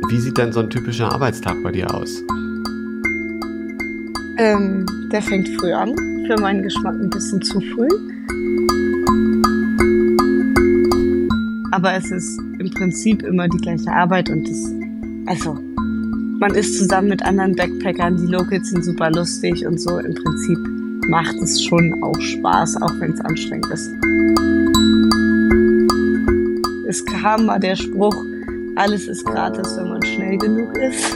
Wie sieht denn so ein typischer Arbeitstag bei dir aus? Der fängt früh an, für meinen Geschmack ein bisschen zu früh. Aber es ist im Prinzip immer die gleiche Arbeit und man ist zusammen mit anderen Backpackern, die Locals sind super lustig und so. Im Prinzip macht es schon auch Spaß, auch wenn es anstrengend ist. Es kam mal der Spruch, alles ist gratis, wenn man schnell genug ist.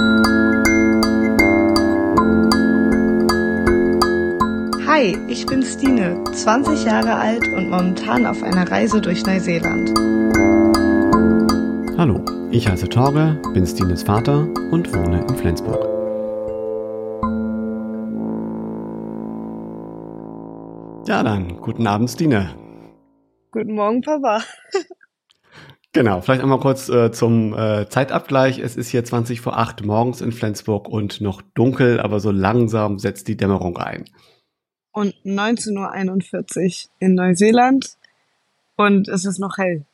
Hi, ich bin Stine, 20 Jahre alt und momentan auf einer Reise durch Neuseeland. Hallo, ich heiße Torge, bin Stines Vater und wohne in Flensburg. Ja, dann, guten Abend, Stine. Guten Morgen, Papa. Genau, vielleicht einmal kurz zum Zeitabgleich. Es ist hier 20 vor 8 morgens in Flensburg und noch dunkel, aber so langsam setzt die Dämmerung ein. Und 19:41 Uhr in Neuseeland und es ist noch hell.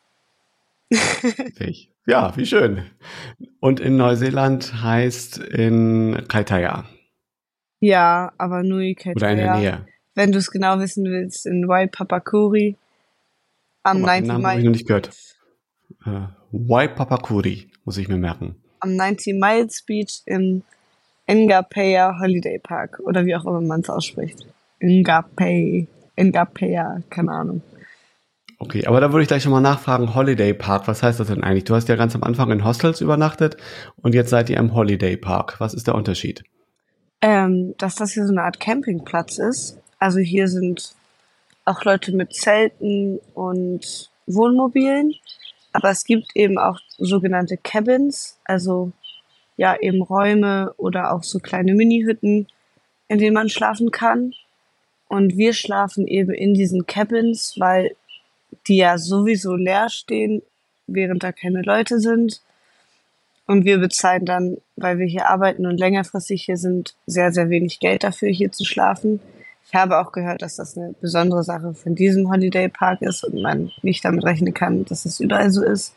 Ja, wie schön. Und in Neuseeland heißt in Kaitaia. Ja, aber Nui Kaitaia. Oder in der Nähe. Wenn du es genau wissen willst, in Waipapakuri am 90 Namen habe ich noch nicht gehört. Waipapakuri, muss ich mir merken. Am 90 Miles Beach im Ngapea Holiday Park oder wie auch immer man es ausspricht. Ngapea, keine Ahnung. Okay, aber da würde ich gleich schon mal nachfragen, Holiday Park, was heißt das denn eigentlich? Du hast ja ganz am Anfang in Hostels übernachtet und jetzt seid ihr im Holiday Park. Was ist der Unterschied? Dass das hier so eine Art Campingplatz ist. Also hier sind auch Leute mit Zelten und Wohnmobilen, aber es gibt eben auch sogenannte Cabins, also ja eben Räume oder auch so kleine Mini-Hütten, in denen man schlafen kann. Und wir schlafen eben in diesen Cabins, weil die ja sowieso leer stehen, während da keine Leute sind. Und wir bezahlen dann, weil wir hier arbeiten und längerfristig hier sind, sehr, sehr wenig Geld dafür, hier zu schlafen. Ich habe auch gehört, dass das eine besondere Sache von diesem Holiday Park ist und man nicht damit rechnen kann, dass es überall so ist.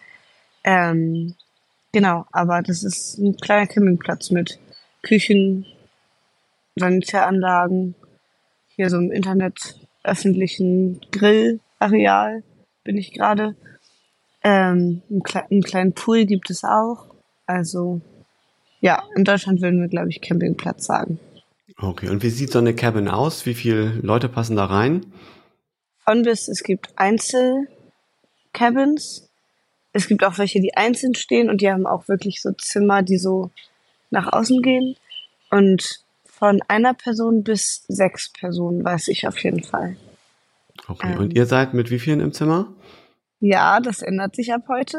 Genau, aber das ist ein kleiner Campingplatz mit Küchen, Sanitäranlagen, hier so im Internet öffentlichen Grillareal bin ich gerade. Einen kleinen Pool gibt es auch. Also ja, in Deutschland würden wir, glaube ich, Campingplatz sagen. Okay, und wie sieht so eine Cabin aus? Wie viele Leute passen da rein? Von bis, es gibt Einzelcabins. Es gibt auch welche, die einzeln stehen und die haben auch wirklich so Zimmer, die so nach außen gehen. Und von einer Person bis 6 Personen, weiß ich auf jeden Fall. Okay, und ihr seid mit wie vielen im Zimmer? Ja, das ändert sich ab heute.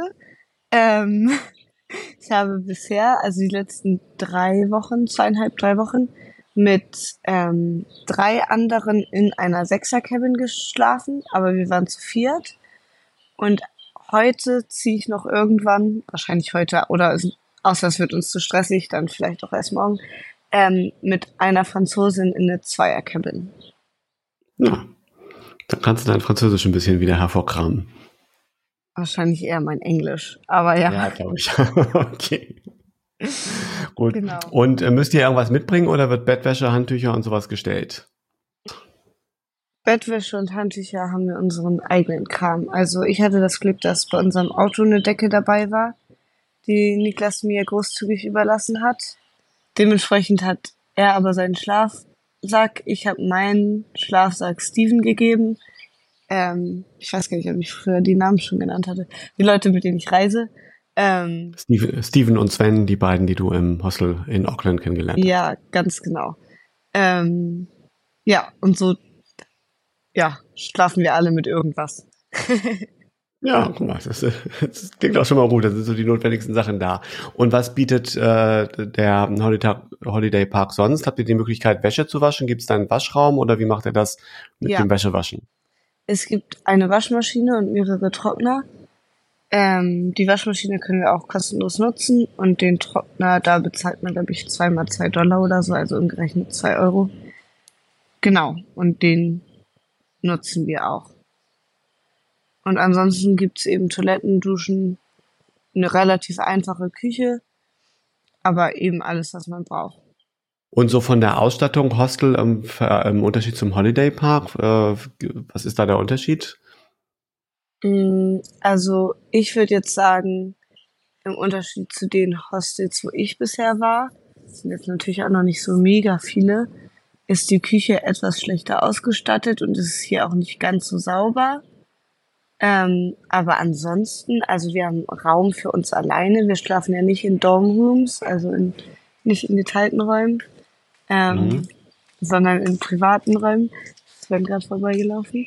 Ich habe bisher, also die letzten 3 Wochen, 2,5, 3 Wochen, mit 3 anderen in einer 6er-Cabin geschlafen, aber wir waren zu 4. Und heute ziehe ich noch irgendwann, wahrscheinlich heute, oder außer es wird uns zu stressig, dann vielleicht auch erst morgen, mit einer Franzosin in eine 2er-Cabin. Ja, dann kannst du dein Französisch ein bisschen wieder hervorkramen. Wahrscheinlich eher mein Englisch, aber ja. Ja, glaube ich. Okay. Gut. Genau. Und müsst ihr irgendwas mitbringen oder wird Bettwäsche, Handtücher und sowas gestellt? Bettwäsche und Handtücher haben wir unseren eigenen Kram. Also ich hatte das Glück, dass bei unserem Auto eine Decke dabei war, die Niklas mir großzügig überlassen hat. Dementsprechend hat er aber seinen Schlafsack, ich habe meinen Schlafsack Steven gegeben. Ich weiß gar nicht, ob ich früher die Namen schon genannt hatte. Die Leute, mit denen ich reise. Steven und Sven, die beiden, die du im Hostel in Auckland kennengelernt hast. Ja, ganz genau. Ja, und so schlafen wir alle mit irgendwas. Ja, guck mal, das klingt auch schon mal gut. Das sind so die notwendigsten Sachen da. Und was bietet der Holiday Park sonst? Habt ihr die Möglichkeit, Wäsche zu waschen? Gibt es da einen Waschraum oder wie macht ihr das mit dem Wäschewaschen? Es gibt eine Waschmaschine und mehrere Trockner. Die Waschmaschine können wir auch kostenlos nutzen und den Trockner, da bezahlt man, glaube ich, 2 mal $2 oder so, also umgerechnet 2 Euro. Genau, und den nutzen wir auch. Und ansonsten gibt's eben Toiletten, Duschen, eine relativ einfache Küche aber eben alles, was man braucht. Und so von der Ausstattung, Hostel im Unterschied zum Holiday Park, was ist da der Unterschied? Also ich würde jetzt sagen, im Unterschied zu den Hostels, wo ich bisher war, sind jetzt natürlich auch noch nicht so mega viele, ist die Küche etwas schlechter ausgestattet und es ist hier auch nicht ganz so sauber. Aber ansonsten, also wir haben Raum für uns alleine. Wir schlafen ja nicht in Dormrooms, also nicht in geteilten Räumen, Mhm. ähm, sondern in privaten Räumen. Sven gerade vorbeigelaufen.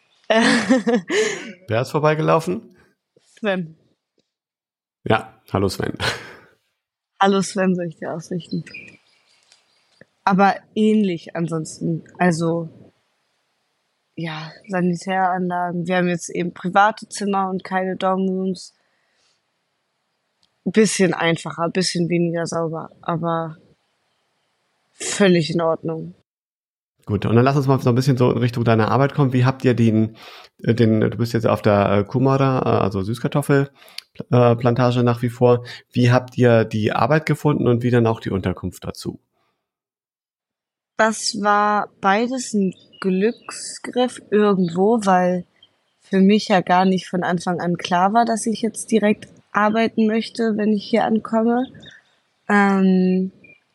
Wer ist vorbeigelaufen? Sven. Ja, hallo Sven. Hallo Sven, soll ich dir ausrichten. Aber ähnlich ansonsten. Also, ja, Sanitäranlagen. Wir haben jetzt eben private Zimmer und keine Dormrooms. Bisschen einfacher, bisschen weniger sauber, aber völlig in Ordnung. Gut, und dann lass uns mal so ein bisschen so in Richtung deiner Arbeit kommen. Wie habt ihr du bist jetzt auf der Kumara, also Süßkartoffelplantage nach wie vor. Wie habt ihr die Arbeit gefunden und wie dann auch die Unterkunft dazu? Das war beides ein Glücksgriff irgendwo, weil für mich ja gar nicht von Anfang an klar war, dass ich jetzt direkt arbeiten möchte, wenn ich hier ankomme. Ähm,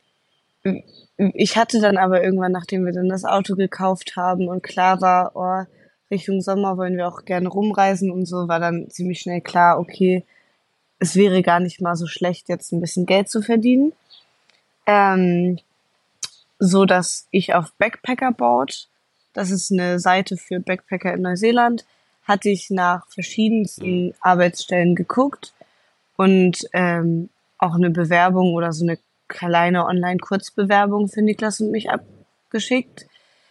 Ich hatte dann aber irgendwann, nachdem wir dann das Auto gekauft haben und klar war, oh, Richtung Sommer wollen wir auch gerne rumreisen und so, war dann ziemlich schnell klar, okay, es wäre gar nicht mal so schlecht, jetzt ein bisschen Geld zu verdienen. Ähm, So dass ich auf Backpackerboard, das ist eine Seite für Backpacker in Neuseeland, hatte ich nach verschiedensten Arbeitsstellen geguckt und auch eine Bewerbung oder so eine kleine Online-Kurzbewerbung für Niklas und mich abgeschickt.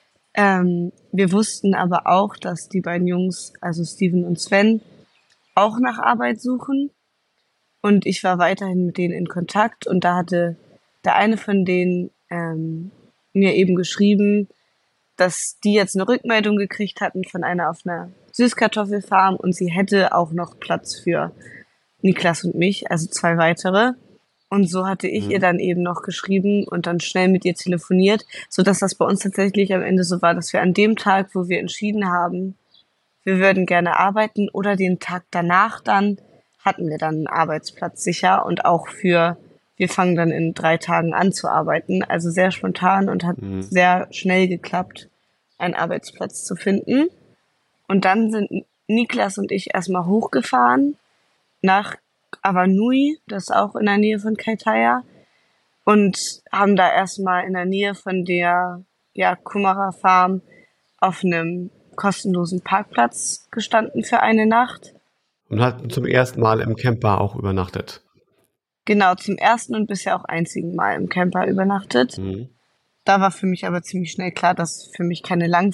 Wir wussten aber auch, dass die beiden Jungs, also Steven und Sven, auch nach Arbeit suchen. Und ich war weiterhin mit denen in Kontakt und da hatte der eine von denen mir eben geschrieben, dass die jetzt eine Rückmeldung gekriegt hatten von einer auf einer Süßkartoffelfarm und sie hätte auch noch Platz für Niklas und mich, also 2 weitere. Und so hatte ich ihr Mhm. dann eben noch geschrieben und dann schnell mit ihr telefoniert, so dass das bei uns tatsächlich am Ende so war, dass wir an dem Tag, wo wir entschieden haben, wir würden gerne arbeiten oder den Tag danach dann, hatten wir dann einen Arbeitsplatz sicher und auch wir fangen dann in 3 Tagen an zu arbeiten. Also sehr spontan und hat Mhm. sehr schnell geklappt, einen Arbeitsplatz zu finden. Und dann sind Niklas und ich erstmal hochgefahren nach Avanui, das ist auch in der Nähe von Kaitaia, und haben da erstmal in der Nähe von der Kumara Farm auf einem kostenlosen Parkplatz gestanden für eine Nacht. Und hat zum ersten Mal im Camper auch übernachtet. Genau, zum ersten und bisher auch einzigen Mal im Camper übernachtet. Mhm. Da war für mich aber ziemlich schnell klar, dass für mich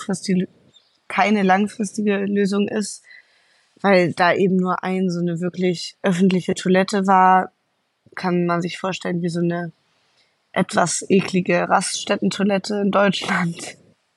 keine langfristige Lösung ist, weil da eben nur so eine wirklich öffentliche Toilette war, kann man sich vorstellen, wie so eine etwas eklige Raststättentoilette in Deutschland.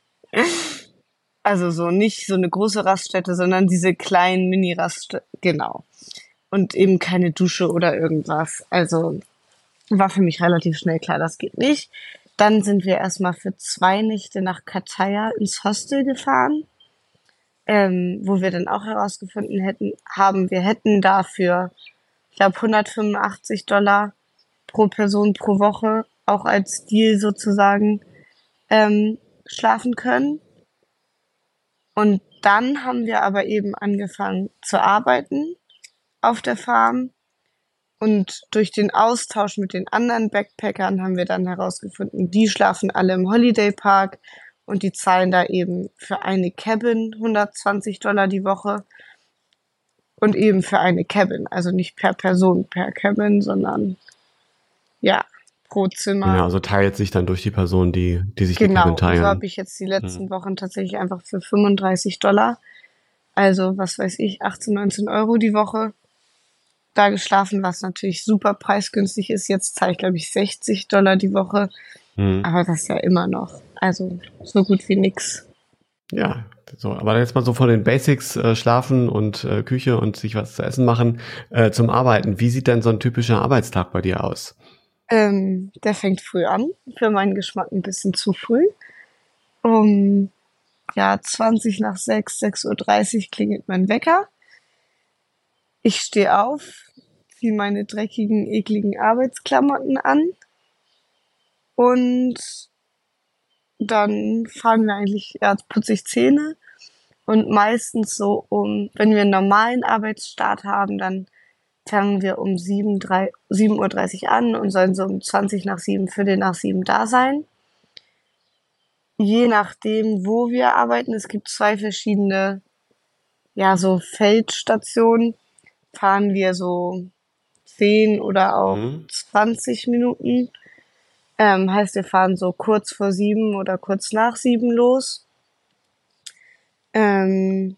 Also so nicht so eine große Raststätte, sondern diese kleinen Mini-Raststätten, genau. Und eben keine Dusche oder irgendwas. Also war für mich relativ schnell klar, das geht nicht. Dann sind wir erstmal für 2 Nächte nach Pattaya ins Hostel gefahren, wo wir dann auch herausgefunden wir hätten dafür, ich glaube, $185 pro Person pro Woche, auch als Deal sozusagen, schlafen können. Und dann haben wir aber eben angefangen zu arbeiten auf der Farm. Und durch den Austausch mit den anderen Backpackern haben wir dann herausgefunden, die schlafen alle im Holiday Park und die zahlen da eben für eine Cabin $120 die Woche und eben für eine Cabin. Also nicht per Person per Cabin, sondern ja, pro Ja, Zimmer. also teilt sich dann durch die Personen, die sich die Cabin Genau. Und so habe teilen. ich jetzt die Mhm. letzten Wochen tatsächlich einfach für $35, also was weiß ich, 18, 19 Euro die Woche da geschlafen, was natürlich super preisgünstig ist. Jetzt zahle ich, glaube ich, $60 die Woche. Mhm. Aber das ist ja immer noch, also so gut wie nix. Ja, so, aber jetzt mal so von den Basics, schlafen und Küche und sich was zu essen machen, zum Arbeiten. Wie sieht denn so ein typischer Arbeitstag bei dir aus? Der fängt früh an, für meinen Geschmack ein bisschen zu früh. Um, ja, 20 nach 6, 6:30 Uhr klingelt mein Wecker. Ich stehe auf, ziehe meine dreckigen, ekligen Arbeitsklamotten an und dann fangen wir eigentlich, ja, putze ich Zähne und meistens so wenn wir einen normalen Arbeitsstart haben, dann fangen wir um 7:30 Uhr an und sollen so um 20 nach 7, Viertel nach 7 da sein. Je nachdem, wo wir arbeiten, es gibt zwei verschiedene, ja, so Feldstationen, fahren wir so 10 oder auch Mhm. 20 Minuten. Heißt, wir fahren so kurz vor 7 oder kurz nach 7 los. Ähm,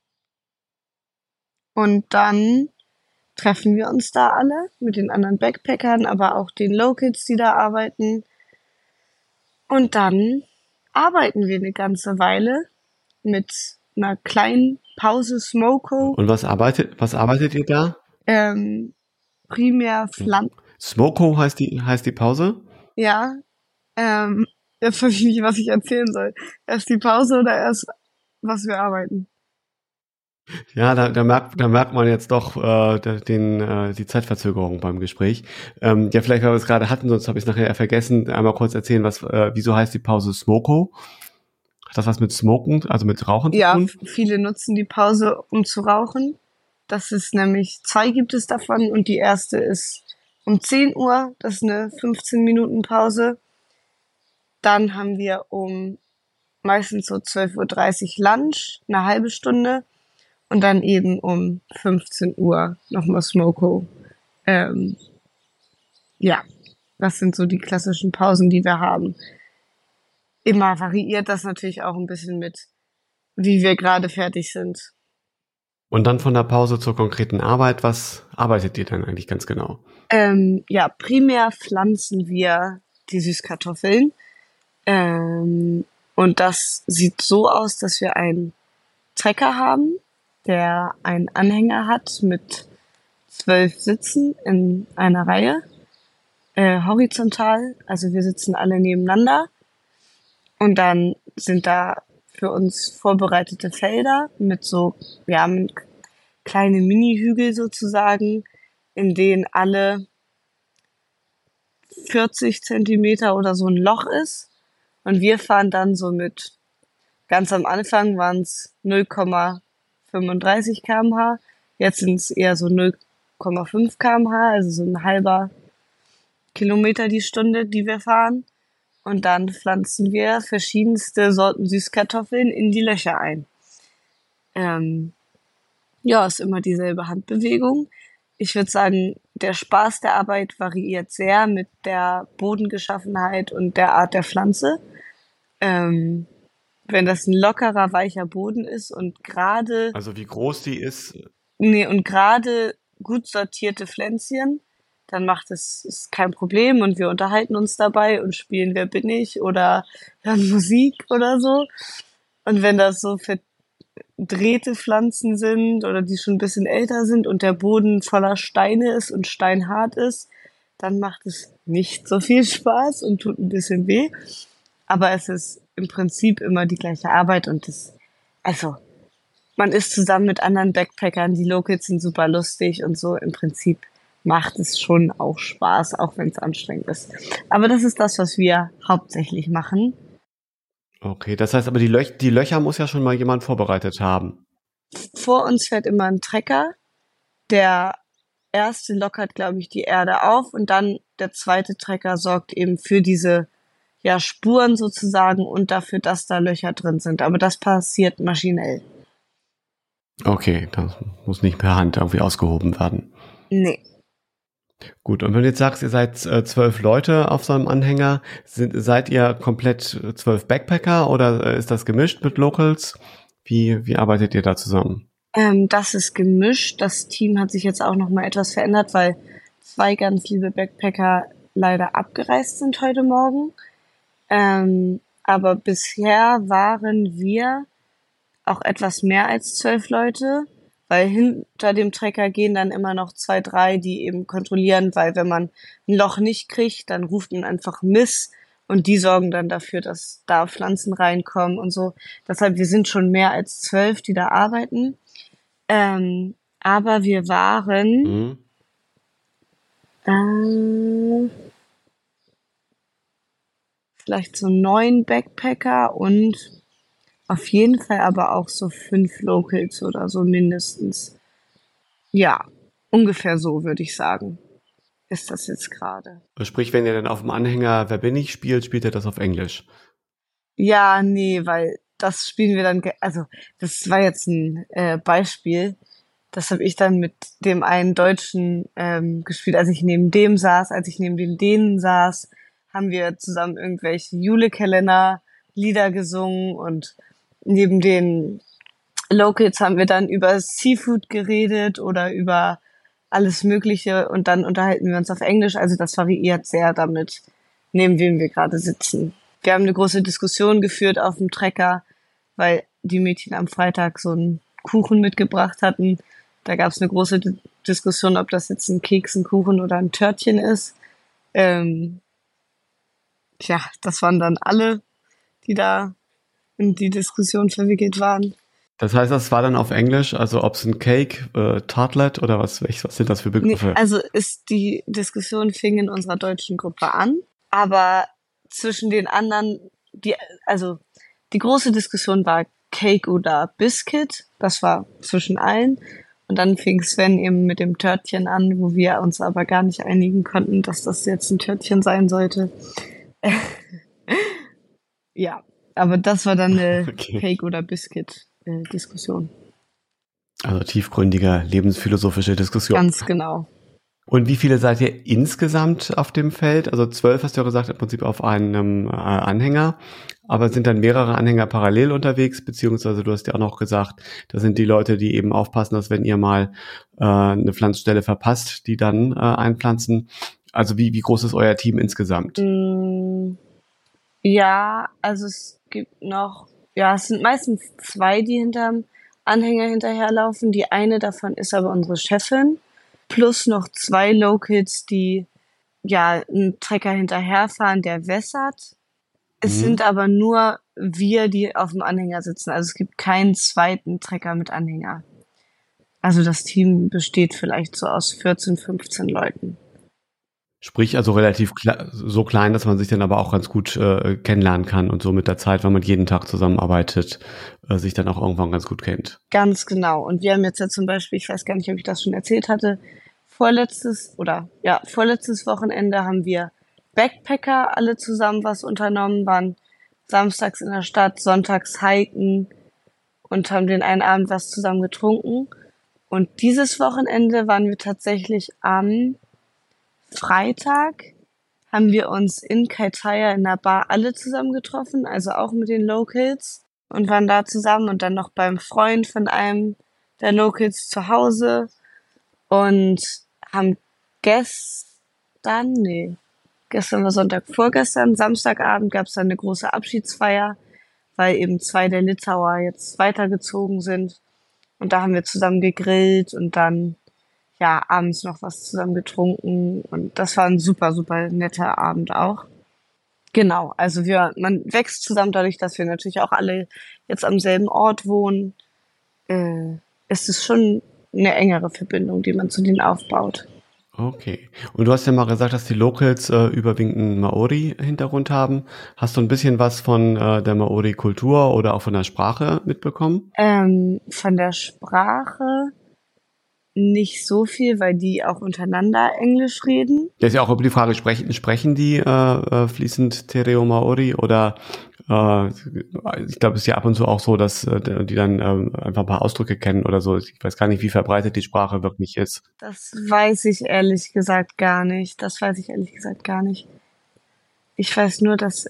und dann treffen wir uns da alle mit den anderen Backpackern, aber auch den Locals, die da arbeiten. Und dann arbeiten wir eine ganze Weile mit einer kleinen Pause Smoko, Und was arbeitet ihr da? ähm, primär Pflanzen. Smoko heißt die Pause? Ja, jetzt weiß ich nicht, was ich erzählen soll. Erst die Pause oder erst, was wir arbeiten? Ja, da merkt man jetzt doch die Zeitverzögerung beim Gespräch. Ja, vielleicht, weil wir es gerade hatten, sonst habe ich es nachher vergessen. Einmal kurz erzählen, wieso heißt die Pause Smoko? Hat das was mit Smoken, also mit Rauchen zu Ja, tun? viele nutzen die Pause, um zu rauchen. Das ist nämlich, zwei gibt es davon und die erste ist um 10 Uhr, das ist eine 15 Minuten Pause. Dann haben wir meistens so 12:30 Uhr Lunch, eine halbe Stunde. Und dann eben um 15 Uhr nochmal Smoko. Ähm, ja, das sind so die klassischen Pausen, die wir haben. Immer variiert das natürlich auch ein bisschen mit, wie wir gerade fertig sind. Und dann von der Pause zur konkreten Arbeit. Was arbeitet ihr dann eigentlich ganz genau? Ja, primär pflanzen wir die Süßkartoffeln. Ähm, und das sieht so aus, dass wir einen Trecker haben, der einen Anhänger hat mit 12 Sitzen in einer Reihe, horizontal. Also wir sitzen alle nebeneinander und dann sind da für uns vorbereitete Felder mit so, ja, mit kleine Mini-Hügel sozusagen, in denen alle 40 Zentimeter oder so ein Loch ist. Und wir fahren dann so ganz am Anfang waren es 0,35 km/h, jetzt sind es eher so 0,5 km/h, also so ein halber Kilometer die Stunde, die wir fahren. Und dann pflanzen wir verschiedenste Sorten Süßkartoffeln in die Löcher ein. Ähm, ja, ist immer dieselbe Handbewegung. Ich würde sagen, der Spaß der Arbeit variiert sehr mit der Bodengeschaffenheit und der Art der Pflanze. Ähm, wenn das ein lockerer, weicher Boden ist und Also wie groß die ist? gerade gut sortierte Pflänzchen, dann macht es ist kein Problem und wir unterhalten uns dabei und spielen Wer bin ich oder hören Musik oder so. Und wenn das so verdrehte Pflanzen sind oder die schon ein bisschen älter sind und der Boden voller Steine ist und steinhart ist, dann macht es nicht so viel Spaß und tut ein bisschen weh. Aber es ist im Prinzip immer die gleiche Arbeit und also, man ist zusammen mit anderen Backpackern, die Locals sind super lustig und so. Im Prinzip macht es schon auch Spaß, auch wenn es anstrengend ist. Aber das ist das, was wir hauptsächlich machen. Okay, das heißt aber, die Löcher muss ja schon mal jemand vorbereitet haben. Vor uns fährt immer ein Trecker. Der erste lockert, glaube ich, die Erde auf und dann der zweite Trecker sorgt eben für diese, ja, Spuren sozusagen und dafür, dass da Löcher drin sind. Aber das passiert maschinell. Okay, das muss nicht per Hand irgendwie ausgehoben werden. Nee. Gut, und wenn du jetzt sagst, ihr seid 12 Leute auf so einem Anhänger, seid ihr komplett 12 Backpacker oder ist das gemischt mit Locals? Wie arbeitet ihr da zusammen? Das ist gemischt. Das Team hat sich jetzt auch noch mal etwas verändert, weil zwei ganz liebe Backpacker leider abgereist sind heute Morgen. Aber bisher waren wir auch etwas mehr als 12 Leute. weil hinter dem Trecker gehen dann immer noch 2, 3, die eben kontrollieren, weil wenn man ein Loch nicht kriegt, dann ruft man einfach Miss und die sorgen dann dafür, dass da Pflanzen reinkommen und so. Deshalb, wir sind schon mehr als 12, die da arbeiten. Aber wir waren Mhm. äh, vielleicht so 9 Backpacker und auf jeden Fall aber auch so 5 Locals oder so mindestens. Ja, ungefähr so würde ich sagen, ist das jetzt gerade. Sprich, wenn ihr dann auf dem Anhänger Wer bin ich spielt, spielt ihr das auf Englisch. Ja, nee, weil das spielen wir dann, also das war jetzt ein Beispiel. Das habe ich dann mit dem einen Deutschen gespielt, als ich neben dem saß, als ich neben den Dänen saß, haben wir zusammen irgendwelche Jule-Kalender-Lieder gesungen und neben den Locals haben wir dann über Seafood geredet oder über alles Mögliche und dann unterhalten wir uns auf Englisch. Also das variiert sehr damit, neben wem wir gerade sitzen. Wir haben eine große Diskussion geführt auf dem Trecker, weil die Mädchen am Freitag so einen Kuchen mitgebracht hatten. Da gab es eine große Diskussion, ob das jetzt ein Keks, ein Kuchen oder ein Törtchen ist. Ähm, Tja, das waren dann alle, die da in die Diskussion verwickelt waren. Das heißt, das war dann auf Englisch, also ob es ein Cake, Tartlet oder was sind das für Nee, Begriffe? also ist die Diskussion fing in unserer deutschen Gruppe an, aber zwischen den anderen, also die große Diskussion war Cake oder Biscuit, das war zwischen allen. Und dann fing Sven eben mit dem Törtchen an, wo wir uns aber gar nicht einigen konnten, dass das jetzt ein Törtchen sein sollte. Ja, aber das war dann eine Okay. Cake oder Biscuit Diskussion. Also tiefgründige lebensphilosophische Diskussion. Ganz genau. Und wie viele seid ihr insgesamt auf dem Feld? Also 12 hast du ja gesagt, im Prinzip auf einem Anhänger. Aber sind dann mehrere Anhänger parallel unterwegs? Beziehungsweise du hast ja auch noch gesagt, das sind die Leute, die eben aufpassen, dass wenn ihr mal eine Pflanzstelle verpasst, die dann einpflanzen. Also wie groß ist euer Team insgesamt? Ja, also es gibt noch, ja, es sind meistens 2, die hinterm Anhänger hinterherlaufen. Die eine davon ist aber unsere Chefin, plus noch 2 Locals, die ja einen Trecker hinterherfahren, der wässert. Es sind Mhm. aber nur wir, die auf dem Anhänger sitzen. Also es gibt keinen zweiten Trecker mit Anhänger. Also das Team besteht vielleicht so aus 14, 15 Leuten. Sprich also relativ so klein, dass man sich dann aber auch ganz gut kennenlernen kann und so mit der Zeit, wenn man jeden Tag zusammenarbeitet, sich dann auch irgendwann ganz gut kennt. Ganz genau. Und wir haben jetzt ja zum Beispiel, ich weiß gar nicht, ob ich das schon erzählt hatte, vorletztes Wochenende haben wir Backpacker alle zusammen was unternommen, waren samstags in der Stadt, sonntags hiken und haben den einen Abend was zusammen getrunken. Und dieses Wochenende waren wir tatsächlich am Freitag, haben wir uns in Kaitaya in der Bar alle zusammen getroffen, also auch mit den Locals und waren da zusammen und dann noch beim Freund von einem der Locals zu Hause und haben gestern war Sonntag, vorgestern, Samstagabend gab es dann eine große Abschiedsfeier, weil eben 2 der Litauer jetzt weitergezogen sind. Und da haben wir zusammen gegrillt und dann ja abends noch was zusammen getrunken. Und das war ein super, super netter Abend auch. Genau, also man wächst zusammen dadurch, dass wir natürlich auch alle jetzt am selben Ort wohnen. Ist es schon eine engere Verbindung, die man zu denen aufbaut. Okay. Und du hast ja mal gesagt, dass die Locals überwiegend einen Maori-Hintergrund haben. Hast du ein bisschen was von der Maori-Kultur oder auch von der Sprache mitbekommen? Von der Sprache nicht so viel, weil die auch untereinander Englisch reden. Da ist ja auch über die Frage, sprechen die fließend Te Reo Maori oder ich glaube, es ist ja ab und zu auch so, dass die dann einfach ein paar Ausdrücke kennen oder so. Ich weiß gar nicht, wie verbreitet die Sprache wirklich ist. Das weiß ich ehrlich gesagt gar nicht. Das weiß ich ehrlich gesagt gar nicht. Ich weiß nur, dass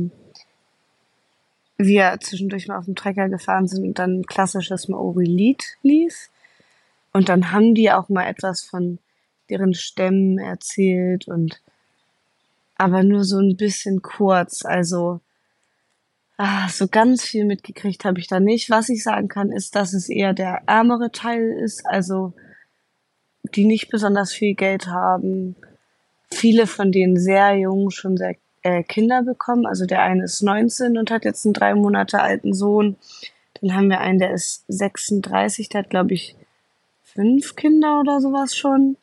wir zwischendurch mal auf dem Trecker gefahren sind und dann ein klassisches Maori-Lied lief. Und dann haben die auch mal etwas von deren Stämmen erzählt und aber nur so ein bisschen kurz. Also So ganz viel mitgekriegt habe ich da nicht. Was ich sagen kann, ist, dass es eher der ärmere Teil ist, also die nicht besonders viel Geld haben. Viele von denen sehr jung schon sehr Kinder bekommen. Also der eine ist 19 und hat jetzt einen 3 Monate alten Sohn. Dann haben wir einen, der ist 36, der hat, glaube ich, 5 Kinder oder sowas schon.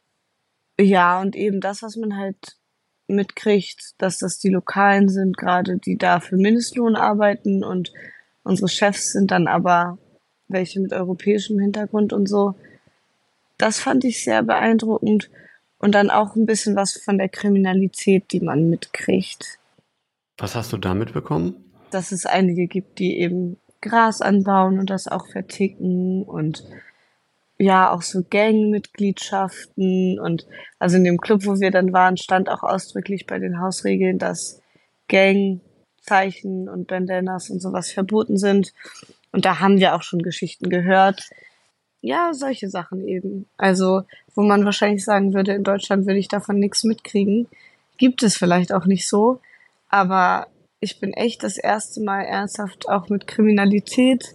Ja, und eben das, was man halt mitkriegt, dass das die Lokalen sind, gerade die da für Mindestlohn arbeiten und unsere Chefs sind dann aber welche mit europäischem Hintergrund und so. Das fand ich sehr beeindruckend und dann auch ein bisschen was von der Kriminalität, die man mitkriegt. Was hast du da mitbekommen? Dass es einige gibt, die eben Gras anbauen und das auch verticken und ja, auch so Gangmitgliedschaften und also in dem Club, wo wir dann waren, stand auch ausdrücklich bei den Hausregeln, dass Gangzeichen und Bandanas und sowas verboten sind. Und da haben wir auch schon Geschichten gehört. Ja, solche Sachen eben. Also, wo man wahrscheinlich sagen würde, in Deutschland würde ich davon nichts mitkriegen. Gibt es vielleicht auch nicht so. Aber ich bin echt das erste Mal ernsthaft auch mit Kriminalität,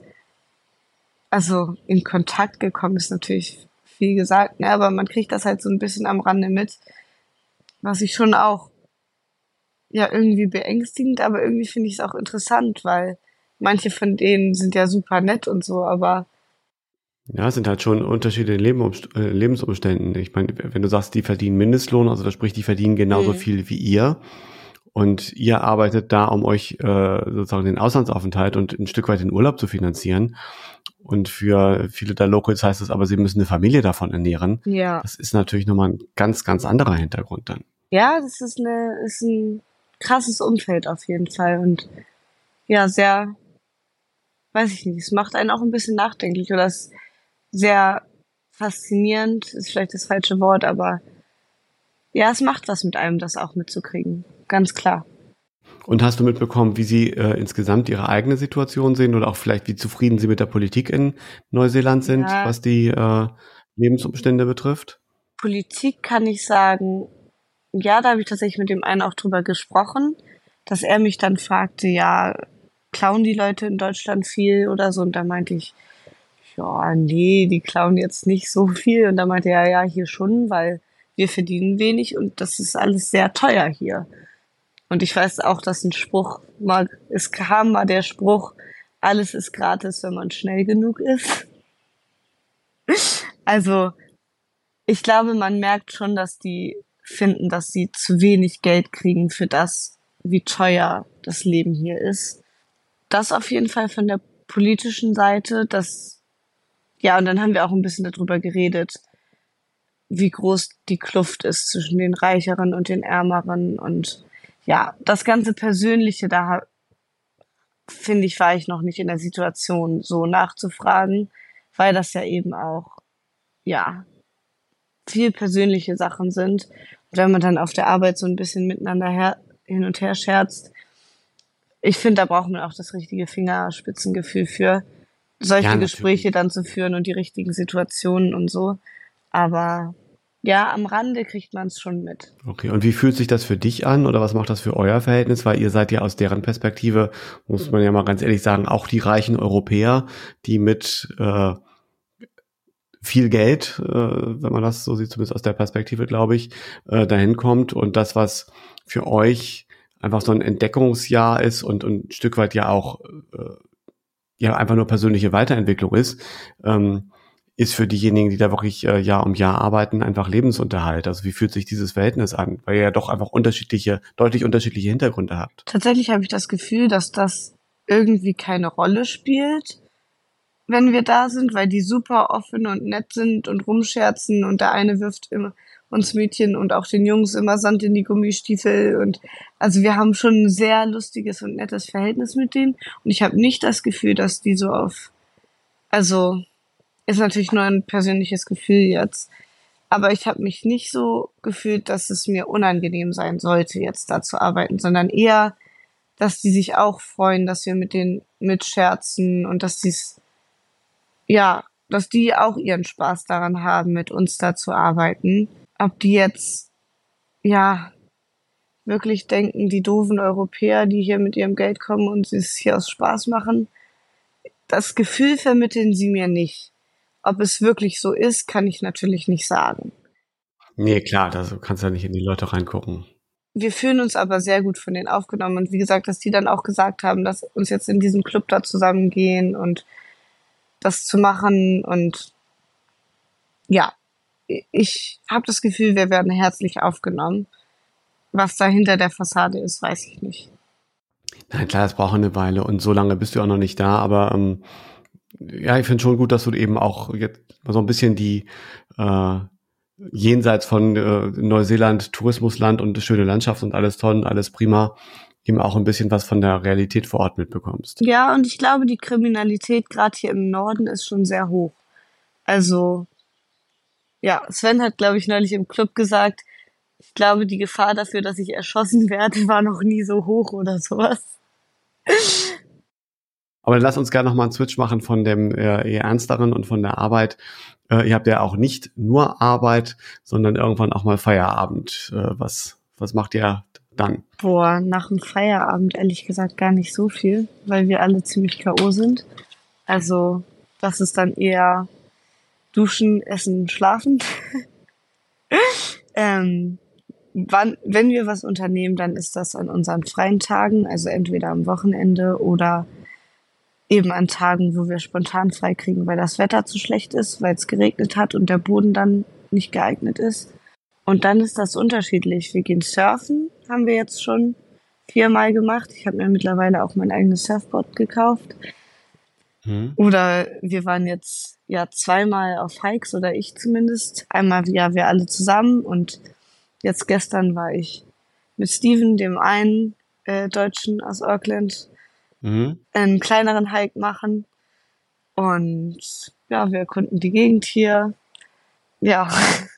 also in Kontakt gekommen ist natürlich viel gesagt, ne? Aber man kriegt das halt so ein bisschen am Rande mit, was ich schon auch ja irgendwie beängstigend, aber irgendwie finde ich es auch interessant, weil manche von denen sind ja super nett und so, aber Ja, es sind halt schon Unterschiede in Lebensumständen. Ich meine, wenn du sagst, die verdienen Mindestlohn, also das spricht, die verdienen genauso hm, viel wie ihr. Und ihr arbeitet da, um euch sozusagen den Auslandsaufenthalt und ein Stück weit den Urlaub zu finanzieren. Und für viele der Locals heißt es aber, sie müssen eine Familie davon ernähren. ja. Das ist natürlich nochmal ein ganz, ganz anderer Hintergrund dann. Ja, das ist ein krasses Umfeld auf jeden Fall und ja, sehr, weiß ich nicht, es macht einen auch ein bisschen nachdenklich oder es ist sehr faszinierend, ist vielleicht das falsche Wort, aber ja, es macht was mit einem, das auch mitzukriegen. Ganz klar. Und hast du mitbekommen, wie sie insgesamt ihre eigene Situation sehen oder auch vielleicht, wie zufrieden sie mit der Politik in Neuseeland sind, Ja, was die Lebensumstände betrifft? Politik kann ich sagen, ja, da habe ich tatsächlich mit dem einen auch drüber gesprochen, dass er mich dann fragte, ja, klauen die Leute in Deutschland viel oder so? Und da meinte ich, ja, nee, die klauen jetzt nicht so viel. Und da meinte er, ja, hier schon, weil wir verdienen wenig und das ist alles sehr teuer hier. Und ich weiß auch, dass ein Spruch mal, es kam mal der Spruch, alles ist gratis, wenn man schnell genug ist. Also, ich glaube, man merkt schon, dass die finden, dass sie zu wenig Geld kriegen für das, wie teuer das Leben hier ist. Das auf jeden Fall von der politischen Seite, das, ja, und dann haben wir auch ein bisschen darüber geredet, wie groß die Kluft ist zwischen den Reicheren und den Ärmeren und ja, das ganze Persönliche, da finde ich, war ich noch nicht in der Situation, so nachzufragen, weil das ja eben auch, ja, viel persönliche Sachen sind. Und wenn man dann auf der Arbeit so ein bisschen miteinander hin und her scherzt, ich finde, da braucht man auch das richtige Fingerspitzengefühl für Ja, solche Gespräche natürlich. dann zu führen und die richtigen Situationen und so. Aber ja, am Rande kriegt man es schon mit. Okay, und wie fühlt sich das für dich an oder was macht das für euer Verhältnis? Weil ihr seid ja aus deren Perspektive, muss man ja mal ganz ehrlich sagen, auch die reichen Europäer, die mit viel Geld, wenn man das so sieht, zumindest aus der Perspektive, glaube ich, dahin kommt. Und das, was für euch einfach so ein Entdeckungsjahr ist und ein Stück weit ja auch ja einfach nur persönliche Weiterentwicklung ist, ist für diejenigen, die da wirklich Jahr um Jahr arbeiten, einfach Lebensunterhalt. Also wie fühlt sich dieses Verhältnis an? Weil ihr ja doch einfach deutlich unterschiedliche Hintergründe habt. Tatsächlich habe ich das Gefühl, dass das irgendwie keine Rolle spielt, wenn wir da sind, weil die super offen und nett sind und rumscherzen und der eine wirft immer uns Mädchen und auch den Jungs immer Sand in die Gummistiefel und also wir haben schon ein sehr lustiges und nettes Verhältnis mit denen und ich habe nicht das Gefühl, dass die so auf, also ist natürlich nur ein persönliches Gefühl jetzt, aber ich habe mich nicht so gefühlt, dass es mir unangenehm sein sollte, jetzt da zu arbeiten, sondern eher, dass die sich auch freuen, dass wir mit denen mitscherzen und dass die's ja, dass die auch ihren Spaß daran haben, mit uns da zu arbeiten. Ob die jetzt, ja, wirklich denken, die doofen Europäer, die hier mit ihrem Geld kommen und es hier aus Spaß machen. Das Gefühl vermitteln sie mir nicht. Ob es wirklich so ist, kann ich natürlich nicht sagen. Nee, klar, da kannst du ja nicht in die Leute reingucken. Wir fühlen uns aber sehr gut von denen aufgenommen und wie gesagt, dass die dann auch gesagt haben, dass uns jetzt in diesem Club da zusammengehen und das zu machen und ja, ich habe das Gefühl, wir werden herzlich aufgenommen. Was da hinter der Fassade ist, weiß ich nicht. Nein, klar, es braucht eine Weile und so lange bist du auch noch nicht da, aber ja, ich finde schon gut, dass du eben auch jetzt mal so ein bisschen die äh, jenseits von Neuseeland, Tourismusland und schöne Landschaft und alles toll und alles prima, eben auch ein bisschen was von der Realität vor Ort mitbekommst. Ja, und ich glaube, die Kriminalität gerade hier im Norden ist schon sehr hoch. Also, ja, Sven hat, glaube ich, neulich im Club gesagt, ich glaube, die Gefahr dafür, dass ich erschossen werde, war noch nie so hoch oder sowas. Aber dann lass uns gerne nochmal einen Switch machen von dem eher ernsteren und von der Arbeit. Ihr habt ja auch nicht nur Arbeit, sondern irgendwann auch mal Feierabend. Was macht ihr dann? Boah, nach dem Feierabend ehrlich gesagt gar nicht so viel, weil wir alle ziemlich K.O. sind. Also, das ist dann eher duschen, essen, schlafen. Ähm, wenn wir was unternehmen, dann ist das an unseren freien Tagen, also entweder am Wochenende oder eben an Tagen, wo wir spontan frei kriegen, weil das Wetter zu schlecht ist, weil es geregnet hat und der Boden dann nicht geeignet ist. Und dann ist das unterschiedlich. Wir gehen surfen, haben wir jetzt schon 4-mal gemacht. Ich habe mir mittlerweile auch mein eigenes Surfboard gekauft. Hm? Oder wir waren jetzt ja 2-mal auf Hikes oder ich zumindest. Einmal ja wir alle zusammen und jetzt gestern war ich mit Steven, dem einen Deutschen aus Auckland, Mhm. einen kleineren Hike machen. Und ja, wir erkunden die Gegend hier. Ja,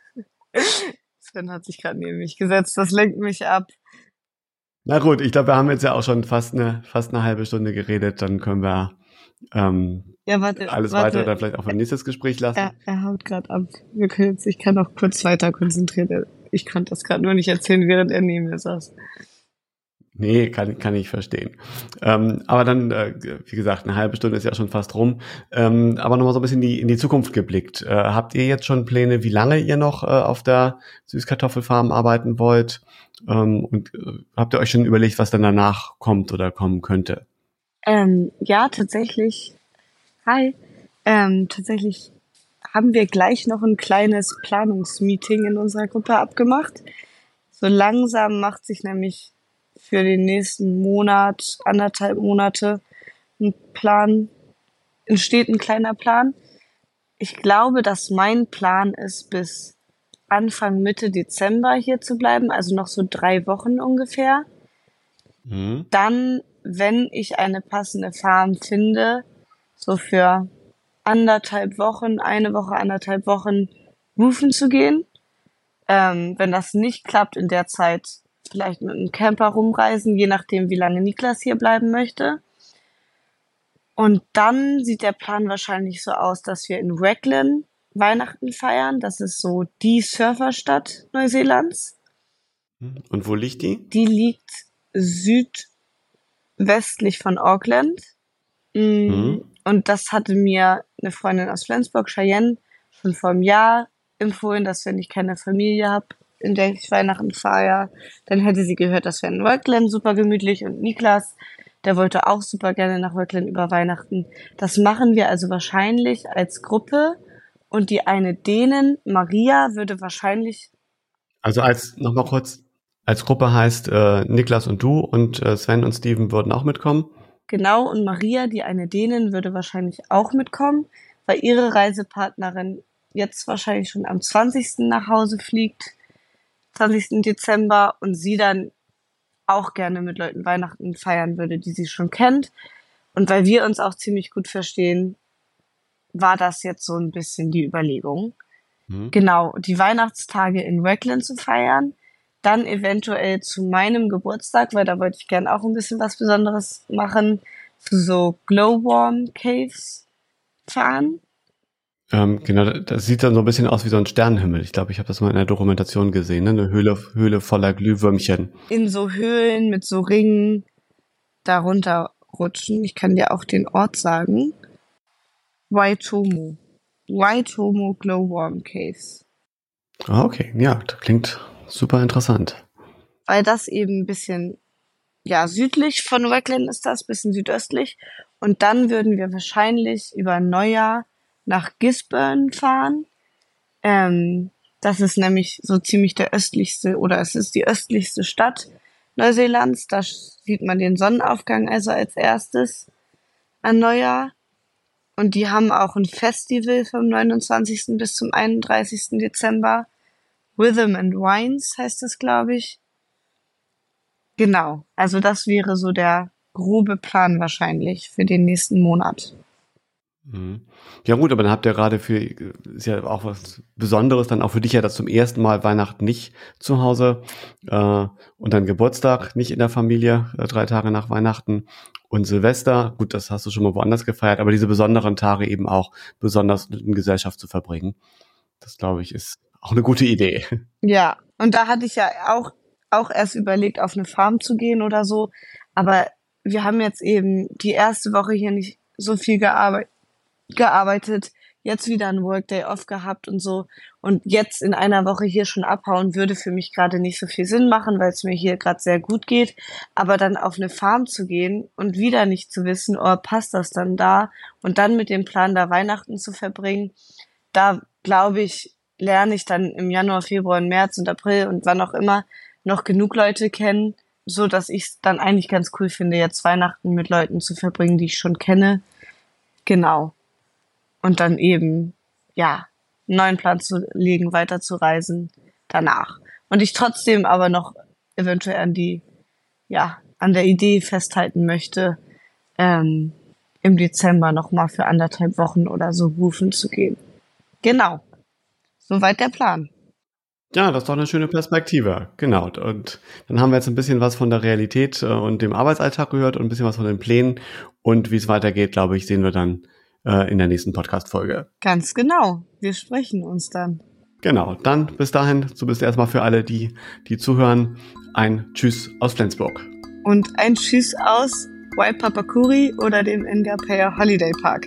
Sven hat sich gerade neben mich gesetzt. Das lenkt mich ab. Na gut, ich glaube, wir haben jetzt ja auch schon fast eine halbe Stunde geredet. Dann können wir Ja, warte, alles weitere warte. dann vielleicht auch für ein nächstes Gespräch lassen. Er haut gerade ab. Ich kann noch kurz weiter konzentrieren. Ich konnte das gerade nur nicht erzählen, während er neben mir saß. Nee, kann ich verstehen. Aber dann, wie gesagt, eine halbe Stunde ist ja schon fast rum. Aber nochmal so ein bisschen in die Zukunft geblickt. Habt ihr jetzt schon Pläne, wie lange ihr noch auf der Süßkartoffelfarm arbeiten wollt? Und habt ihr euch schon überlegt, was dann danach kommt oder kommen könnte? Ja, tatsächlich. Hi. Tatsächlich haben wir gleich noch ein kleines Planungsmeeting in unserer Gruppe abgemacht. So langsam macht sich nämlich für den nächsten Monat, 1,5 Monate ein Plan, entsteht ein kleiner Plan. Ich glaube, dass mein Plan ist, bis Anfang, Mitte Dezember hier zu bleiben, also noch so 3 Wochen ungefähr. Mhm. Dann, wenn ich eine passende Farm finde, so für 1,5 Wochen, eine Woche, 1,5 Wochen roofen zu gehen. Wenn das nicht klappt in der Zeit, vielleicht mit einem Camper rumreisen, je nachdem, wie lange Niklas hier bleiben möchte. Und dann sieht der Plan wahrscheinlich so aus, dass wir in Raglan Weihnachten feiern. Das ist so die Surferstadt Neuseelands. Und wo liegt die? Die liegt südwestlich von Auckland. Mhm. Und das hatte mir eine Freundin aus Flensburg, Cheyenne, schon vor einem Jahr empfohlen, dass wenn ich keine Familie habe, in der ich Weihnachten feiere, dann hätte sie gehört, das wäre in Raglan super gemütlich. Und Niklas, der wollte auch super gerne nach Raglan über Weihnachten. Das machen wir also wahrscheinlich als Gruppe. Und die eine Dänin, Maria, würde wahrscheinlich Also nochmal kurz, als Gruppe heißt Niklas und du und Sven und Steven würden auch mitkommen. genau, und Maria, die eine Dänin, würde wahrscheinlich auch mitkommen, weil ihre Reisepartnerin jetzt wahrscheinlich schon am 20. nach Hause fliegt, 20. Dezember, und sie dann auch gerne mit Leuten Weihnachten feiern würde, die sie schon kennt. Und weil wir uns auch ziemlich gut verstehen, war das jetzt so ein bisschen die Überlegung. Mhm. Genau, die Weihnachtstage in Raglan zu feiern, dann eventuell zu meinem Geburtstag, weil da wollte ich gern auch ein bisschen was Besonderes machen, zu so Glowworm Caves fahren. Genau, das sieht dann so ein bisschen aus wie so ein Sternenhimmel. Ich glaube, ich habe das mal in der Dokumentation gesehen, ne? Eine Höhle voller Glühwürmchen. In so Höhlen mit so Ringen darunter rutschen. Ich kann dir auch den Ort sagen. Waitomo. Waitomo Glowworm Caves. Ah, okay. Ja, das klingt super interessant. Weil das eben ein bisschen, ja, südlich von Wackland ist das, bisschen südöstlich. Und dann würden wir wahrscheinlich über Neujahr nach Gisborne fahren. Das ist nämlich so ziemlich der östlichste, oder es ist die östlichste Stadt Neuseelands. Da sieht man den Sonnenaufgang also als erstes an Neujahr. Und die haben auch ein Festival vom 29. bis zum 31. Dezember. Rhythm and Wines heißt es, glaube ich. Genau, also das wäre so der grobe Plan wahrscheinlich für den nächsten Monat. Mhm. Ja gut, aber dann habt ihr gerade ist ja auch was Besonderes, dann auch für dich ja das zum ersten Mal Weihnachten nicht zu Hause und dann Geburtstag nicht in der Familie, 3 Tage nach Weihnachten und Silvester, gut, das hast du schon mal woanders gefeiert, aber diese besonderen Tage eben auch besonders in Gesellschaft zu verbringen, das glaube ich ist auch eine gute Idee. Ja, und da hatte ich ja auch erst überlegt, auf eine Farm zu gehen oder so, aber wir haben jetzt eben die erste Woche hier nicht so viel gearbeitet, jetzt wieder einen Workday off gehabt und so. Und jetzt in einer Woche hier schon abhauen, würde für mich gerade nicht so viel Sinn machen, weil es mir hier gerade sehr gut geht. Aber dann auf eine Farm zu gehen und wieder nicht zu wissen, oh, passt das dann da? Und dann mit dem Plan, da Weihnachten zu verbringen, da glaube ich, lerne ich dann im Januar, Februar, März und April und wann auch immer noch genug Leute kennen, so dass ich es dann eigentlich ganz cool finde, jetzt Weihnachten mit Leuten zu verbringen, die ich schon kenne. Genau. Und dann eben, ja, einen neuen Plan zu legen, weiter zu reisen danach. Und ich trotzdem aber noch eventuell an der Idee festhalten möchte, im Dezember nochmal für 1,5 Wochen oder so rufen zu gehen. Genau. Soweit der Plan. Ja, das ist doch eine schöne Perspektive, genau. Und dann haben wir jetzt ein bisschen was von der Realität und dem Arbeitsalltag gehört und ein bisschen was von den Plänen. Und wie es weitergeht, glaube ich, sehen wir dann in der nächsten Podcast-Folge. Ganz genau. Wir sprechen uns dann. Genau, dann bis dahin, so bist erstmal für alle, die zuhören, ein Tschüss aus Flensburg. Und ein Tschüss aus Waipapakuri oder dem Ngapea Holiday Park.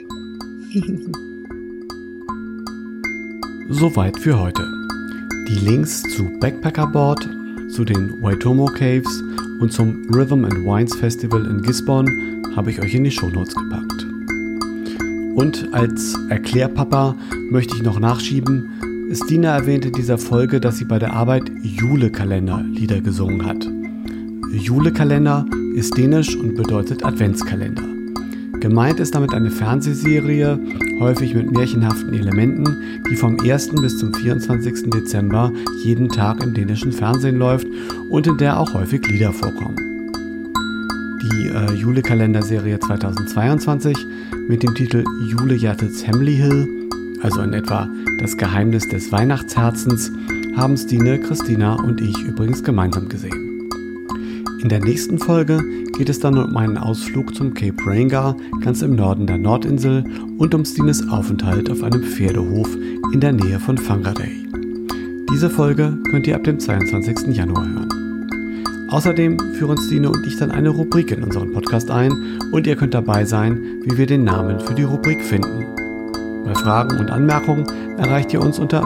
Soweit für heute. Die Links zu Backpackerboard, zu den Waitomo Caves und zum Rhythm and Wines Festival in Gisborne habe ich euch in die Shownotes gepackt. Und als Erklärpapa möchte ich noch nachschieben, Stina erwähnte in dieser Folge, dass sie bei der Arbeit Julekalender Lieder gesungen hat. Julekalender ist dänisch und bedeutet Adventskalender. Gemeint ist damit eine Fernsehserie, häufig mit märchenhaften Elementen, die vom 1. bis zum 24. Dezember jeden Tag im dänischen Fernsehen läuft und in der auch häufig Lieder vorkommen. Die Julekalender-Serie 2022 mit dem Titel Julehjertets Hemmelighed, also in etwa Das Geheimnis des Weihnachtsherzens, haben Stine, Christina und ich übrigens gemeinsam gesehen. In der nächsten Folge geht es dann um einen Ausflug zum Cape Reinga, ganz im Norden der Nordinsel, und um Stines Aufenthalt auf einem Pferdehof in der Nähe von Whangarei. Diese Folge könnt ihr ab dem 22. Januar hören. Außerdem führen Stine und ich dann eine Rubrik in unseren Podcast ein und ihr könnt dabei sein, wie wir den Namen für die Rubrik finden. Bei Fragen und Anmerkungen erreicht ihr uns unter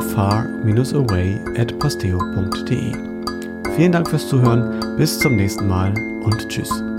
far-away@posteo.de. Vielen Dank fürs Zuhören, bis zum nächsten Mal und tschüss.